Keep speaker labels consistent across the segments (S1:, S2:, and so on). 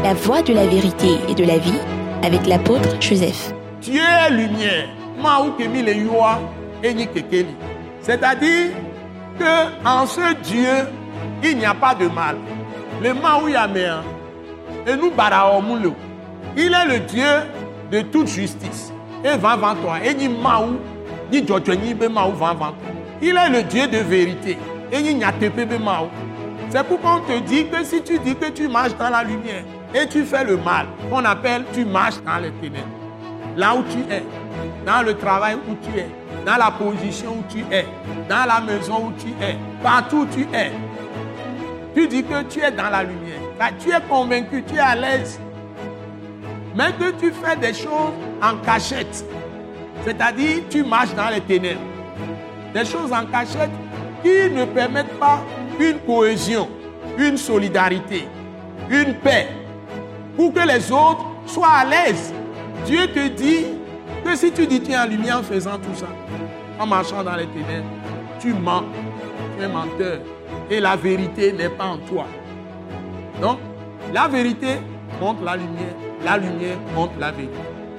S1: la voie de la vérité et de la vie avec l'apôtre Joseph.
S2: Dieu est lumière. C'est-à-dire qu'en ce Dieu, il n'y a pas de mal. Le Maouyamea, et nous baraomulo. Il est le Dieu de toute justice. Et va avant toi. Et ni Maou, ni Djotcheni be Maou va avant toi. Il est le Dieu de vérité. Et ni Nyatepe be Maou. C'est pourquoi on te dit que si tu dis que tu marches dans la lumière et tu fais le mal, on appelle tu marches dans les ténèbres. Là où tu es, dans le travail où tu es, dans la position où tu es, dans la maison où tu es, partout où tu es. Tu dis que tu es dans la lumière. Là, tu es convaincu, tu es à l'aise. Mais que tu fais des choses en cachette. C'est-à-dire, tu marches dans les ténèbres. Des choses en cachette qui ne permettent pas une cohésion, une solidarité, une paix, pour que les autres soient à l'aise. Dieu te dit que si tu dis tu es en lumière en faisant tout ça, en marchant dans les ténèbres, tu mens, tu es menteur. Et la vérité n'est pas en toi. Donc, la vérité montre la lumière montre la vérité.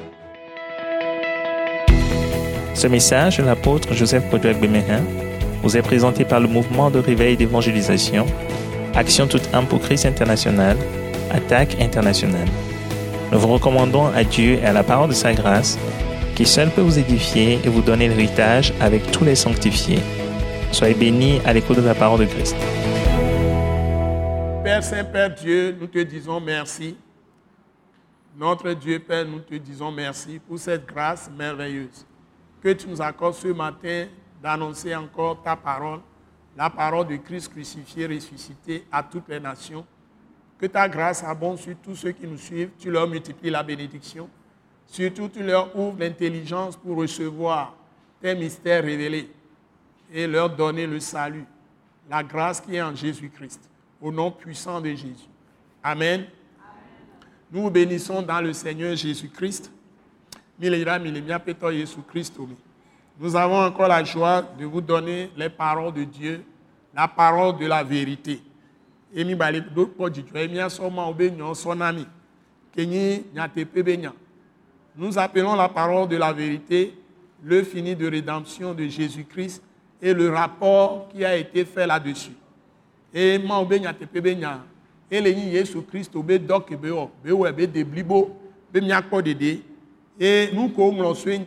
S3: Ce message de l'apôtre Joseph Kodouak-Bemehin vous est présenté par le mouvement de réveil d'évangélisation, Action toute âme pour Christ international, Attaque internationale. Nous vous recommandons à Dieu et à la parole de sa grâce, qui seul peut vous édifier et vous donner l'héritage avec tous les sanctifiés. Soyez bénis à l'écoute de la parole de Christ.
S2: Père Saint, Père Dieu, nous te disons merci. Notre Dieu, Père, nous te disons merci pour cette grâce merveilleuse que tu nous accordes ce matin d'annoncer encore ta parole, la parole de Christ crucifié, ressuscité à toutes les nations. Que ta grâce abonde sur tous ceux qui nous suivent. Tu leur multiplies la bénédiction. Surtout, tu leur ouvres l'intelligence pour recevoir tes mystères révélés et leur donner le salut, la grâce qui est en Jésus-Christ, au nom puissant de Jésus. Amen. Nous vous bénissons dans le Seigneur Jésus-Christ. Nous avons encore la joie de vous donner les paroles de Dieu, la parole de la vérité. Nous appelons la parole de la vérité le fini de rédemption de Jésus-Christ et le rapport qui a été fait là-dessus. Et moi, et les Jésus-Christ, et nous, comme nous sommes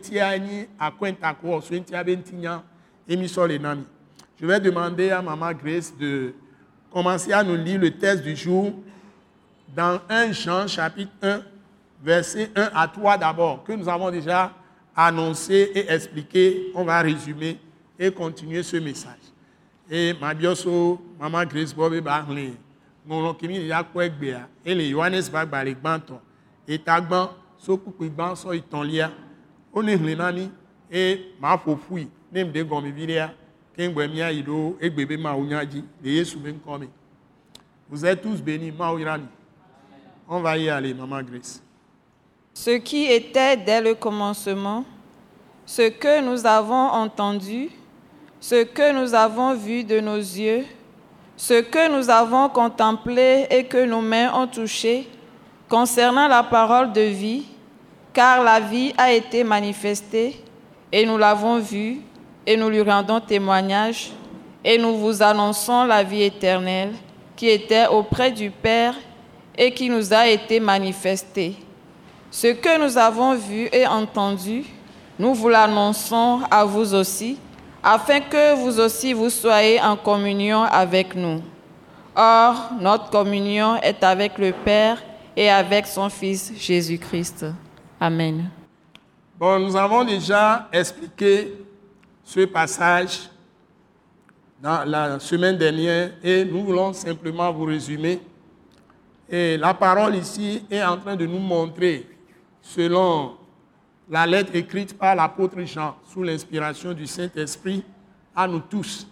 S2: je vais demander à Maman Grace de commencer à nous lire le texte du jour dans 1 Jean chapitre 1, verset 1 à 3 d'abord, que nous avons déjà annoncé et expliqué. On va résumer et continuer ce message. Et Mabioso, Maman Grace, Bobé Barley, mon Kimi Yakwekbea, et les Johannes Bagbalek Banton, et Tagban, Sokukban, so Itolia, on est l'ennemi, et ma fofoui, même de Gomivilia, Kengwemia Ido, et bébé Maouniadi, les Yesoumen Komi. Vous êtes tous bénis, Maouirani. On va y aller, Maman Grace.
S4: Ce qui était dès le commencement, ce que nous avons entendu, ce que nous avons vu de nos yeux, ce que nous avons contemplé et que nos mains ont touché, concernant la parole de vie, car la vie a été manifestée, et nous l'avons vue, et nous lui rendons témoignage, et nous vous annonçons la vie éternelle, qui était auprès du Père, et qui nous a été manifestée. Ce que nous avons vu et entendu, nous vous l'annonçons à vous aussi, afin que vous aussi vous soyez en communion avec nous. Or, notre communion est avec le Père et avec son Fils Jésus-Christ. Amen.
S2: Bon, nous avons déjà expliqué ce passage dans la semaine dernière et nous voulons simplement vous résumer. Et la parole ici est en train de nous montrer, selon la lettre écrite par l'apôtre Jean, sous l'inspiration du Saint-Esprit, à nous tous,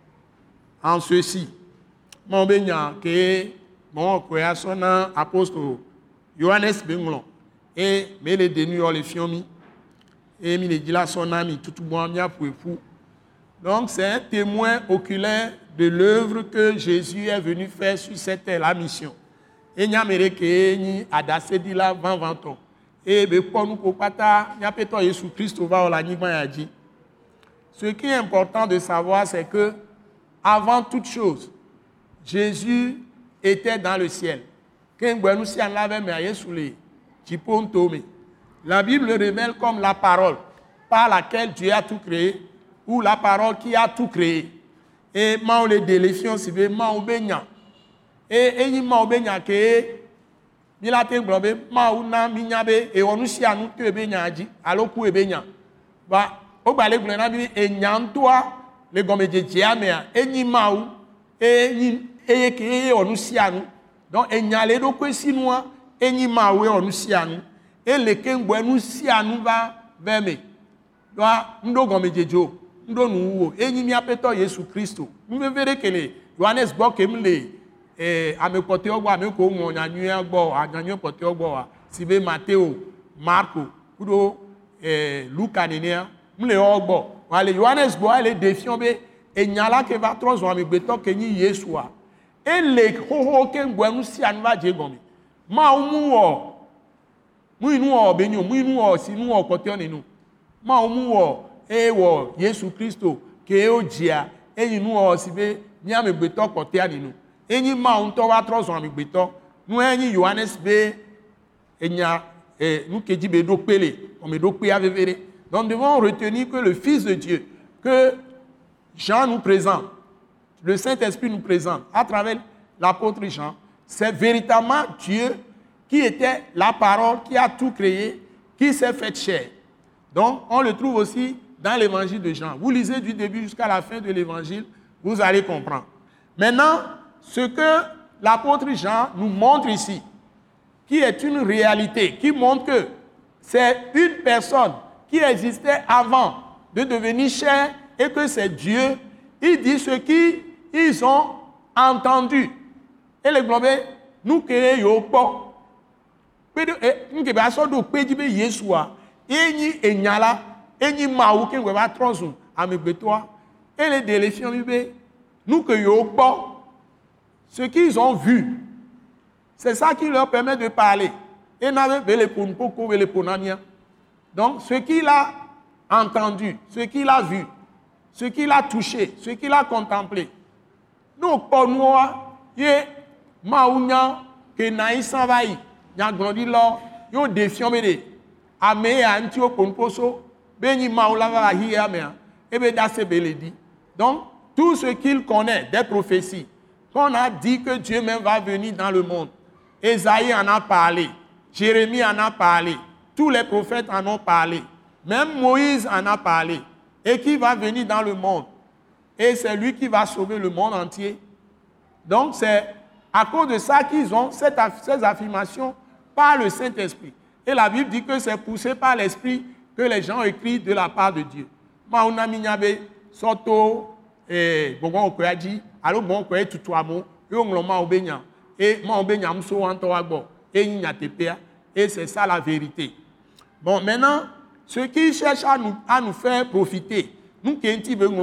S2: en ceci. Mon bénia, que mon création apôtre Johannes Benglon, et mais les dénus les fiomi, et mi les dit là son ami, tout bon mia pour fou. Donc c'est un témoin oculaire de l'œuvre que Jésus est venu faire sur cette terre, la mission. Enyamere ni adasedi la 20 ans. Et be ponu ko pata nyapeto Jésus Christ va ola nyigba ya ji. Ce qui est important de savoir, c'est que avant toute chose, Jésus était dans le ciel. La Bible le révèle comme la parole par laquelle Dieu a tout créé, ou la parole qui a tout créé. Et ma le déléfion si be ma obenya. Et yi ma obenya ke mi la te nglobe ma una mi nyabe e wonu si anu te ebenya ji aloku ebenya. Ba o gba le glona bi enyantoa le gomejeje amea enyi ma u enyi ke wonu si anu. Donc enyale do kwesi noa enyi ma we wonu si anu. Et le kengbo enu si anu va veme. Doa ndo gomejejo ndo nuwo enyi mi apeto Yesu Kristo. Mu vere kele Johannes gbo kemle amekote ogbo ameko mo nyanyu agbo anyanyu kote ogbo wa sibe Matteo Marco kudo Luca nenia mle ogbo wale Johannes gbo ale defion be enyala ke va trozo amegbeto kenyi Yesu wa ele hoho ke ngbo enu si anu va je gomi ma umu wo mu inu o benyo mu inu o si nu o kote oninu ma umu wo wo Yesu Kristo ke o jia eyinu o sibe ni amegbeto kote aninu enyi ma unto wa trozo amegbeto nu enyi Johannes be enya nous qui dit bedo pele on me do pe avevere. Donc nous devons retenir que le Fils de Dieu que Jean nous présente, le Saint-Esprit nous présente à travers l'apôtre Jean, c'est véritablement Dieu qui était la parole qui a tout créé, qui s'est fait chair. Donc on le trouve aussi dans l'évangile de Jean. Vous lisez du début jusqu'à la fin de l'évangile, vous allez comprendre. Maintenant, ce que l'apôtre Jean nous montre ici, qui est une réalité, qui montre que c'est une personne qui existait avant de devenir chair et que c'est Dieu. Il dit ce qu'ils ont entendu. Et les globés, nous créons pas. Nous créons pas Yeshua. Et Enyala, et Maou, qui va troisième, Amébetoa. Et les déléfiants, nous créons pas ce qu'ils ont vu. C'est ça qui leur permet de parler. Et donc, ce qu'il a entendu, ce qu'il a vu, ce qu'il a touché, ce qu'il a contemplé. Nous, pour nous, Maounia, que Naïs Savaï, Y'a grandi là, yo défiant bede. Amé antio ponposo, beni Maoula va hier mais, et beda se beledi. Donc, tout ce qu'il connaît des prophéties, qu'on a dit que Dieu même va venir dans le monde. Ésaïe en a parlé, Jérémie en a parlé, tous les prophètes en ont parlé, même Moïse en a parlé, et qui va venir dans le monde. Et c'est lui qui va sauver le monde entier. Donc c'est à cause de ça qu'ils ont ces affirmations par le Saint-Esprit. Et la Bible dit que c'est poussé par l'Esprit que les gens écrivent de la part de Dieu. Mauna minyabe soto bongo okoyaji, alo bongo okoye tutuamo, yo ngloma obenya. Et moi, et c'est ça la vérité. Bon, maintenant, ce qui cherche à nous faire profiter, nous qui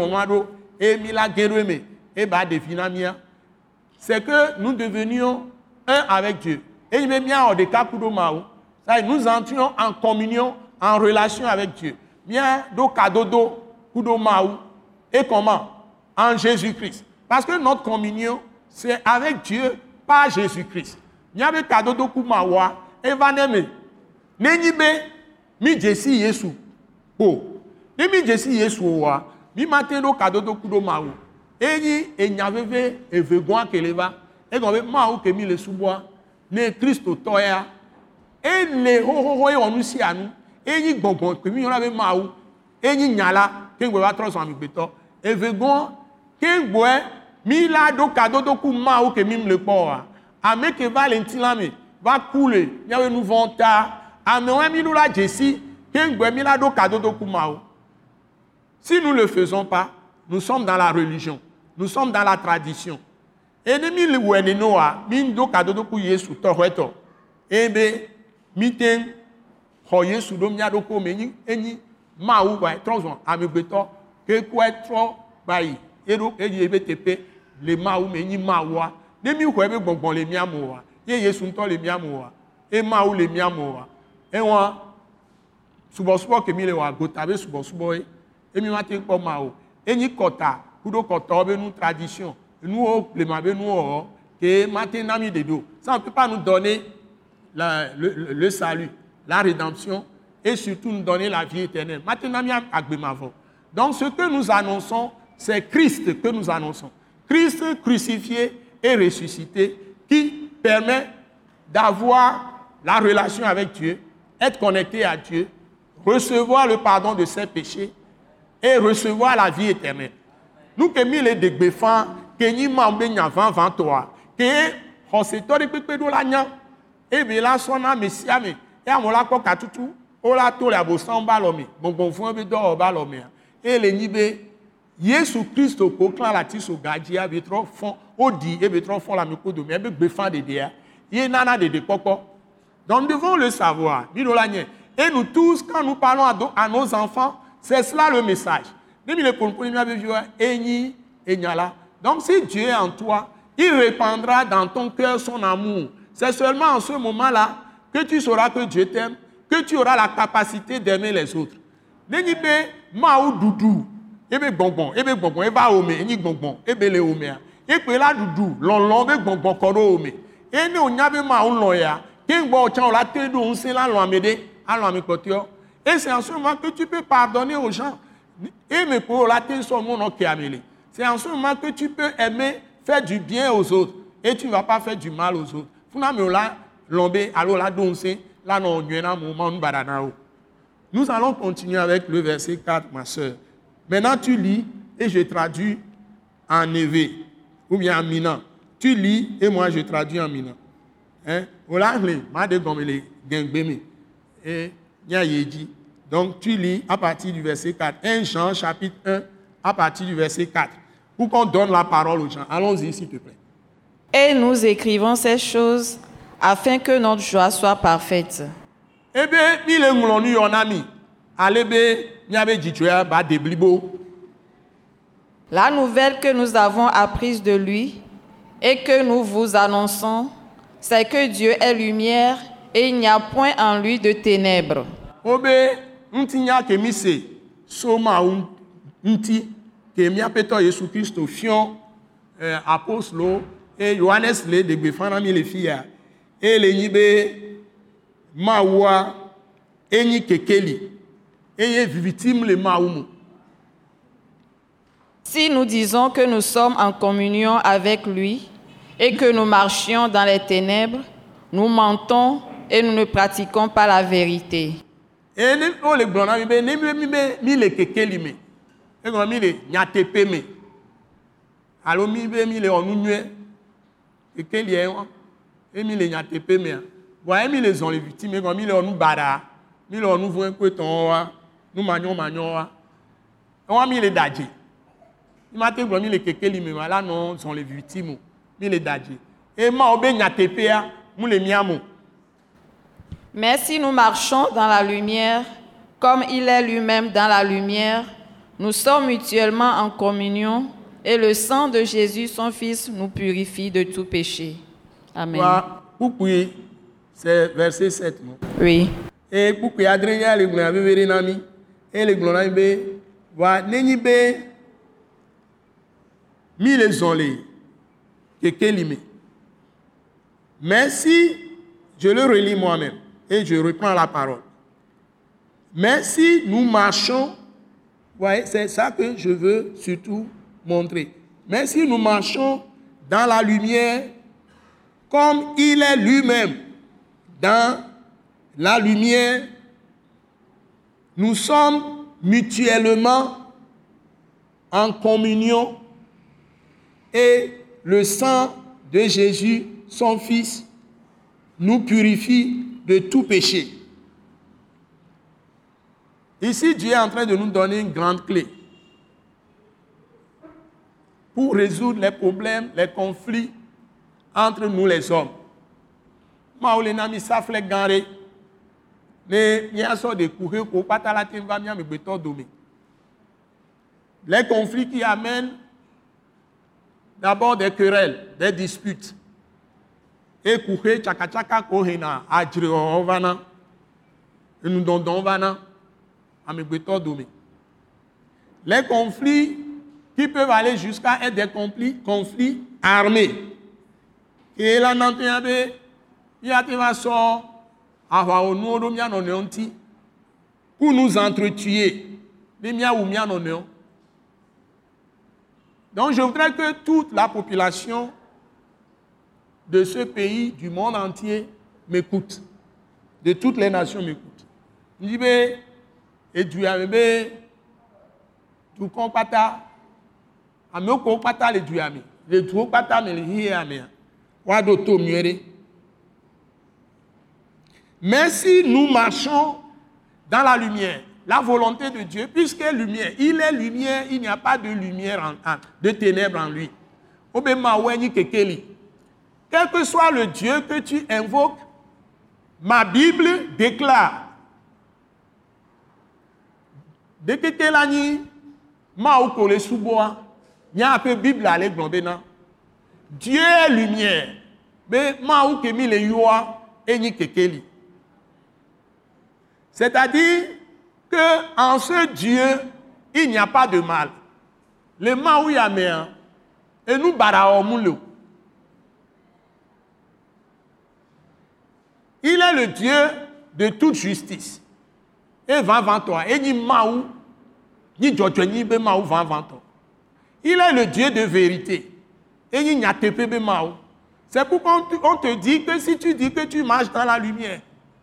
S2: c'est que nous devenions un avec Dieu. Et il met bien en nous entrions en communion, en relation avec Dieu. Bien, do kadodo, kudo maou. Et comment? En Jésus-Christ. Parce que notre communion, c'est avec Dieu. Pas Jésus-Christ. Il y a des cadeaux de Koumawa, et Vaneme. Nenyibe, mi Jesi Yesu. Po. Ne mi Jesi Yesu wa, mi matendo cadeau de Koudomaou. Et n'y avait et vegoin que leva. Et qu'on veut maou que mi le sous-bois. Ne Christo toya. Et les ho et on nous si à nous. Et n'y bonbon que mi on avait maou. Et n'y nyala, qu'un bois trop en béton. Et vegoin, qu'un bois. Mi la do cadeau do kuma ou que mim le port. Ame que Valentin va couler. Il y a un nouveau temps. Ame ouais mi la Jessie. Qu'un bois mi la do cadeau do kuma ou. Si nous ne le faisons pas, nous sommes dans la religion. Nous sommes dans la tradition. Et de mi le wene noa, mi do cadeau do ku Yesu torreto. Ebe mi ten ho Yesu do mi ado ko meni eni ma ou ba tronzon ame beto que quoi trop bayi. Et donc, les maou meni mawa, les miou kwebe bonbon les miamoa. ye Yesu ntɔ le mia me oa, e Mawu le mia me oa. Ewa subɔsubɔ ke mi le wɔ agota be subɔsubɔ ye, e mi mate kpɔ Mawu. Enyi kɔta kuɖo kɔtɔwo be nu tradition, nuwo blema be nuwo ke mate na mi dedo. Ça ne peut pas nous donner le salut, la rédemption et surtout nous donner la vie éternelle. Maintenant, donc ce que nous annonçons, c'est Christ que nous annonçons. Christ crucifié et ressuscité qui permet d'avoir la relation avec Dieu, être connecté à Dieu, recevoir le pardon de ses péchés et recevoir la vie éternelle. Nous que mi les dégbefan, que ni mambe nya 20-23, que hosetori pepe do la nya, e be la sona mesia me, e amola ko katutu, o la to le abosan ba lo me, bonbon fun be do ba lo me. E le ni be Yesu Christ ko clan la ti so gaji a be tro fon, odi e be tro fon la me ko do me, e be gbefan de dia. Ye nana de popo. Donc nous devons le savoir. Et nous tous, quand nous parlons à nos enfants, c'est cela le message. Donc si Dieu est en toi, il répandra dans ton cœur son amour. C'est seulement en ce moment-là que tu sauras que Dieu t'aime, que tu auras la capacité d'aimer les autres. Maou doudou, ebe bonbon, eba ome, eni bonbon, ebe le ome. Ebe la doudou, lon be bonbon koro ome. Ene onyabe maou loya, kengbo chan la te do on se la lo amede, alo amikotio. Et c'est en ce moment que tu peux pardonner aux gens. Et me pour la te so mon ki amele. C'est en ce moment que tu peux aimer, faire du bien aux autres et tu ne vas pas faire du mal aux autres. Funa me la lombe alo la donse, la no nyena moment badanao. Nous allons continuer avec le verset 4, ma soeur. Maintenant, tu lis et je traduis en évé ou bien en mina. Tu lis et moi je traduis en mina. Hein? Donc, tu lis à partir du verset 4. 1 Jean, chapitre 1, à partir du verset 4. Pour qu'on donne la parole aux gens. Allons-y, s'il te plaît.
S4: Et nous écrivons ces choses afin que notre joie soit parfaite.
S2: Eh bien, il est mon ami. Allez,
S4: la nouvelle que nous avons apprise de lui et que nous vous annonçons, c'est que Dieu est lumière et il n'y a point en lui de ténèbres.
S2: Obe, ntinya ke mi se soma nti ke mi apeto Yesu Christo fion apostlo et Johannes le de gbefana mi le fia et le nyibe mawa eni kekeli et victime le maoumu.
S4: Si nous disons que nous sommes en communion avec lui et que nous marchions dans les ténèbres, nous mentons et nous ne pratiquons pas la vérité.
S2: Et nous le blona mi le kekeli me. Et nous mi le nyatepe me. Alors mi le onunue kekeli et mi le nyatepe me. Voyez mi les ont les victimes et mi le onu bara. Mi le onu voin kweton wa. Nous manions wa. On mi le daji. Il m'a dit que les kekeli me là non sont les victimes. Mi le daji. Et ma obe nyatepe a mu le miamo.
S4: Mais si nous marchons dans la lumière, comme il est lui-même dans la lumière, nous sommes mutuellement en communion et le sang de Jésus, son Fils, nous purifie de tout péché. Amen.
S2: Oui, c'est verset 7. Non?
S4: Oui.
S2: Et pour que Adrien le glon avait nami et le glon be wa neni be mi les onlé kekelime. Mais si je le relis moi-même et je reprends la parole. Mais si nous marchons, voyez, c'est ça que je veux surtout montrer. Mais si nous marchons dans la lumière, comme il est lui-même dans la lumière, nous sommes mutuellement en communion et le sang de Jésus, son Fils, nous purifie de tout péché. Ici, Dieu est en train de nous donner une grande clé pour résoudre les problèmes, les conflits entre nous les hommes. Les conflits qui amènent d'abord des querelles, des disputes. Et couché, tchaka kohena, adjiro vana, et nous donnons vana, amigbeto domé. Les conflits qui peuvent aller jusqu'à être des conflits armés. Et là, il y a des façons pour nous entretuer. Donc, je voudrais que toute la population de ce pays, du monde entier, m'écoute. De toutes les nations m'écoutent. Je dis, et tu as tout compata, amoko pata le duami, le tout pata me le hiamea, wadoto muere. Mais si nous marchons dans la lumière, la volonté de Dieu, puisque lumière, il est lumière, il n'y a pas de lumière, de ténèbres en lui. Quel que soit le Dieu que tu invoques, ma Bible déclare. Dès que tu es là, Dieu est lumière. Mais c'est-à-dire qu'en ce Dieu, il n'y a pas de mal. Le mal où il y a mer, et nous baraomulo. Il est le Dieu de toute justice. Et 20-20, et ni maou, ni djodjoni be maou 20-20. Il est le Dieu de vérité. Et ni nyatepe be maou. C'est pourquoi on te dit que si tu dis que tu marches dans la lumière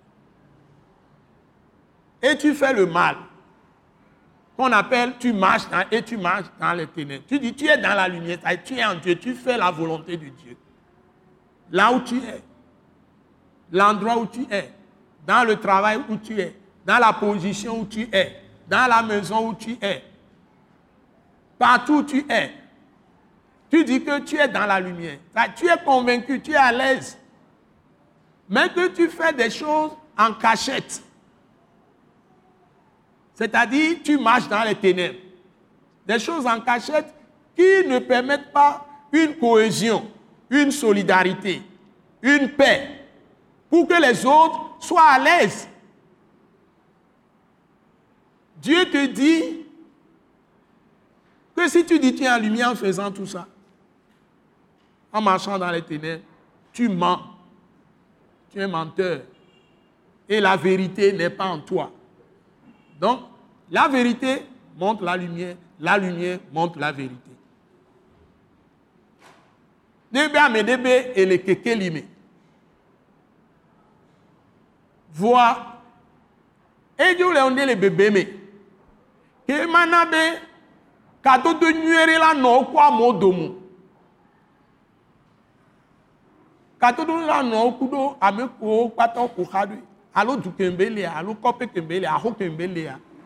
S2: et tu fais le mal, qu'on appelle tu marches dans les ténèbres. Tu dis tu es dans la lumière, tu es en Dieu, tu fais la volonté de Dieu. Là où tu es, l'endroit où tu es, dans le travail où tu es, dans la position où tu es, dans la maison où tu es, partout où tu es, tu dis que tu es dans la lumière. Tu es convaincu, tu es à l'aise. Mais que tu fais des choses en cachette. C'est-à-dire, tu marches dans les ténèbres. Des choses en cachette qui ne permettent pas une cohésion, une solidarité, une paix, pour que les autres soient à l'aise. Dieu te dit que si tu dis tu es en lumière en faisant tout ça, en marchant dans les ténèbres, tu mens. Tu es menteur. Et la vérité n'est pas en toi. Donc, la vérité montre la lumière montre la vérité. Debe amedebe et le kekelime. Vois. Et Dieu le onde le bébé me. Que manabe kato de nuere la no kwa modomo. Kato de la no kudo ameko pato ko khadu. Alo du kembele, alo kope kembele, aho kembele.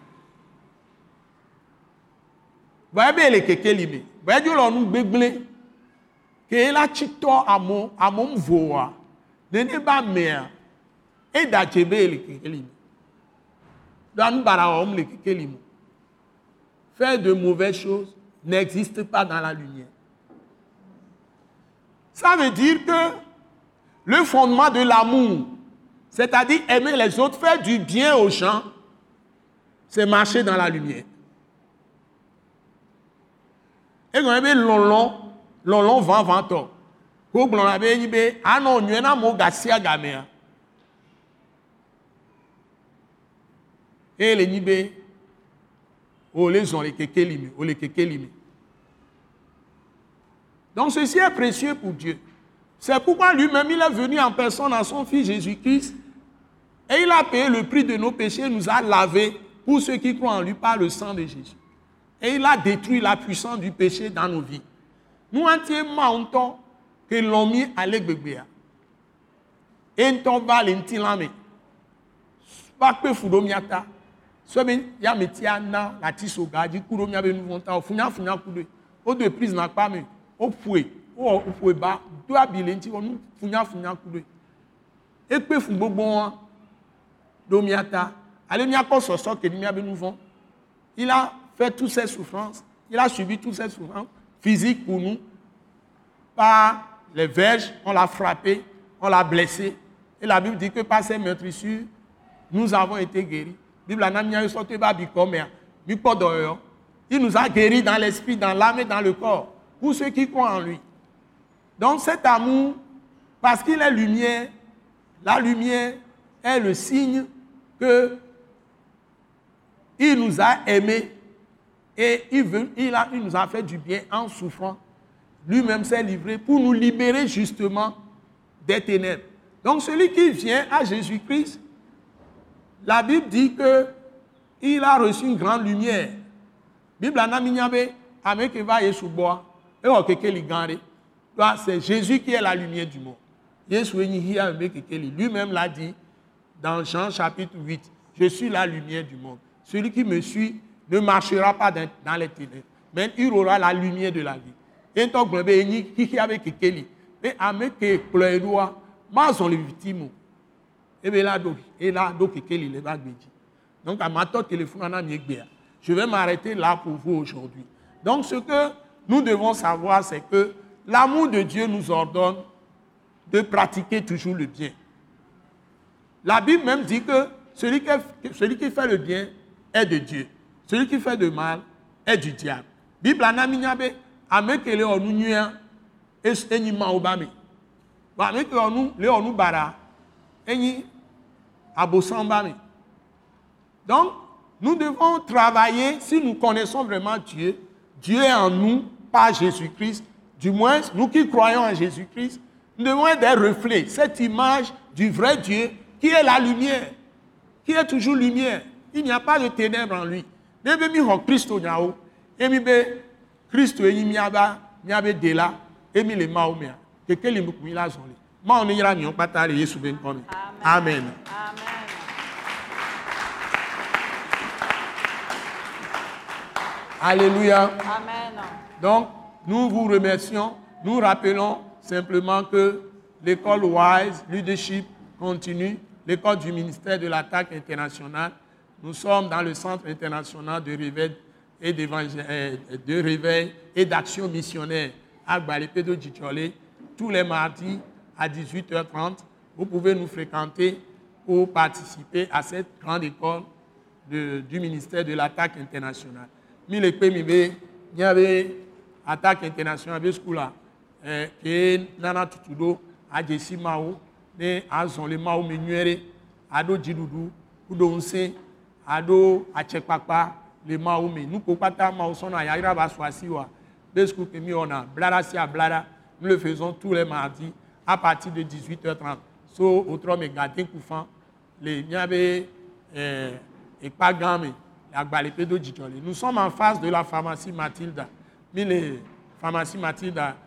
S2: Voyez les kekelime. Voyez Dieu l'on nous béglé. Que la chito amon voa. Nene ba mea. Et d'achebe les kekelime. Dans nous baraom les kekelime. Faire de mauvaises choses n'existe pas dans la lumière. Ça veut dire que le fondement de l'amour, c'est-à-dire aimer les autres, faire du bien aux gens, c'est marcher dans la lumière. Et quand on a lolon 20 ans, quand on a dit ah non, nous avons gassia gamea. Et les nibe, oh les ont les kekelime, oh les kekelime. Donc ceci est précieux pour Dieu. C'est pourquoi lui-même il est venu en personne à son Fils Jésus-Christ et il a payé le prix de nos péchés, nous a lavés pour ceux qui croient en lui par le sang de Jésus. Et il a détruit la puissance du péché dans nos vies. Nous entièrement que l'on mis à l'égbéa. Et nous valentins pas que fudomiata. Sobe ya metia na la tisoga di kuromia be nous vonta funya kude. O de prise na pa me. O foué ba do abilenti onu funya kude. E pe fun gbogbo domiata. Ale mi akọ soso ke ni mi abe nous vont. Il a fait toutes ces souffrances, il a subi toutes ces souffrances physiques pour nous. Par les verges, on l'a frappé, on l'a blessé. Et la Bible dit que par ces meurtrissures, nous avons été guéris. La Bible a dit il nous a guéris dans l'esprit, dans l'âme et dans le corps, pour ceux qui croient en lui. Donc cet amour, parce qu'il est lumière, la lumière est le signe qu'il nous a aimés et il nous a fait du bien en souffrant. Lui-même s'est livré pour nous libérer justement des ténèbres. Donc celui qui vient à Jésus-Christ, la Bible dit qu'il a reçu une grande lumière. Bible c'est Jésus qui est la lumière du monde. Lui-même l'a dit dans Jean chapitre 8. Je suis la lumière du monde. Celui qui me suit ne marchera pas dans les ténèbres, mais il aura la lumière de la vie. Et donc, donc je vais m'arrêter là pour vous aujourd'hui. Donc ce que nous devons savoir, c'est que l'amour de Dieu nous ordonne de pratiquer toujours le bien. La Bible même dit que celui qui fait le bien est de Dieu. Celui qui fait le mal est du diable. Bible anamiñabe amekele onunyua enyi ma obame. Ba amekele onu le onu bara enyi abosambame. Donc nous devons travailler si nous connaissons vraiment Dieu. Dieu est en nous par Jésus-Christ. Du moins, nous qui croyons en Jésus-Christ, nous devons être des reflets. Cette image du vrai Dieu qui est la lumière, qui est toujours lumière. Il n'y a pas de ténèbres en lui. Christo Amen. Alléluia.
S4: Amen.
S2: Donc, nous vous remercions. Nous rappelons simplement que l'école WISE Leadership continue, l'école du ministère de l'attaque internationale. Nous sommes dans le centre international de réveil et d'action missionnaire à Gbalépédo Djidjolé, tous les mardis à 18h30. Vous pouvez nous fréquenter pour participer à cette grande école du ministère de l'attaque internationale. Il y avait attaque internationale de school que nana tutudo ajesi mao ne azon le mao menuere ado jidudu kudo nse ado achekpakpa le mao me nous kopata mao sona yaira ba swasiwa de school que mi ona blada si a blada nous le faisons tous les mardis à partir de 18h30 so autre me garder koufan le nyabe et pas game. Nous sommes en face de la pharmacie Mathilda. Les pharmacie Mathilda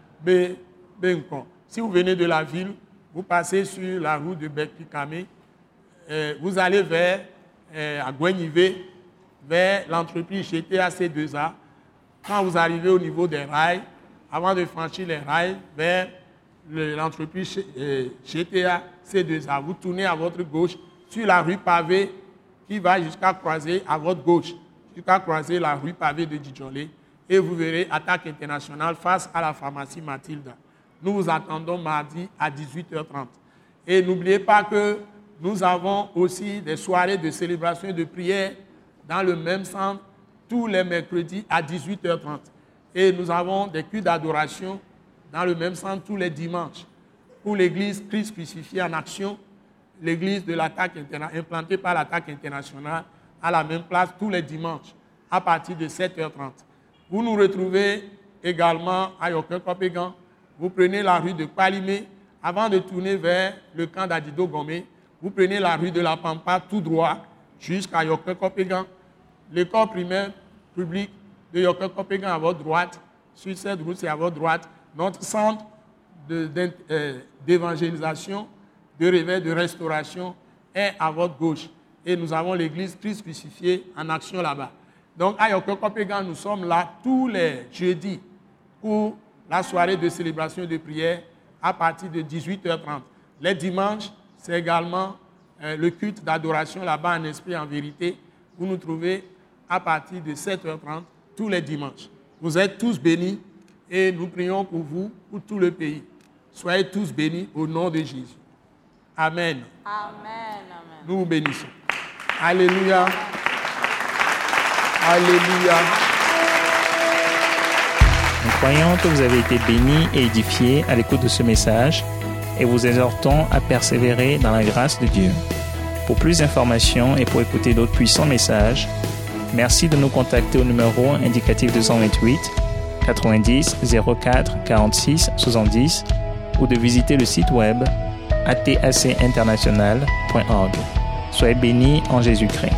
S2: Benko. Si vous venez de la ville, vous passez sur la route de Bekikame, vous allez vers à Gouenivé, vers l'entreprise GTA C2A. Quand vous arrivez au niveau des rails, avant de franchir les rails, vers l'entreprise GTA C2A, vous tournez à votre gauche sur la rue pavée qui va jusqu'à croiser à votre gauche, jusqu'à croiser la rue pavée de Djidjolé, et vous verrez Attaque internationale face à la pharmacie Mathilda. Nous vous attendons mardi à 18h30. Et n'oubliez pas que nous avons aussi des soirées de célébration et de prière dans le même centre tous les mercredis à 18h30. Et nous avons des cultes d'adoration dans le même centre tous les dimanches. Pour l'église Christ crucifié en action, l'église de l'attaque implantée par l'attaque internationale à la même place tous les dimanches à partir de 7h30. Vous nous retrouvez également à Yokin-Kopégan. Vous prenez la rue de Palimé avant de tourner vers le camp d'Adido Gomé. Vous prenez la rue de la Pampa tout droit jusqu'à Yokin-Kopégan. L'école primaire publique de Yokin-Kopégan à votre droite. Sur cette route, c'est à votre droite. Notre centre d'évangélisation, de réveil, de restauration est à votre gauche. Et nous avons l'église Christ crucifié en action là-bas. Donc à Yokin-Kopégan, nous sommes là tous les jeudis pour la soirée de célébration et de prière à partir de 18h30. Les dimanches, c'est également le culte d'adoration là-bas en esprit et en vérité. Vous nous trouvez à partir de 7h30 tous les dimanches. Vous êtes tous bénis et nous prions pour vous, pour tout le pays. Soyez tous bénis au nom de Jésus. Amen.
S4: Amen.
S2: Nous vous bénissons. Alléluia. Alléluia.
S3: Nous croyons que vous avez été bénis et édifiés à l'écoute de ce message et vous exhortons à persévérer dans la grâce de Dieu. Pour plus d'informations et pour écouter d'autres puissants messages, merci de nous contacter au numéro indicatif 228 90 04 46 70 ou de visiter le site web atacinternational.org. Soyez bénis en Jésus-Christ.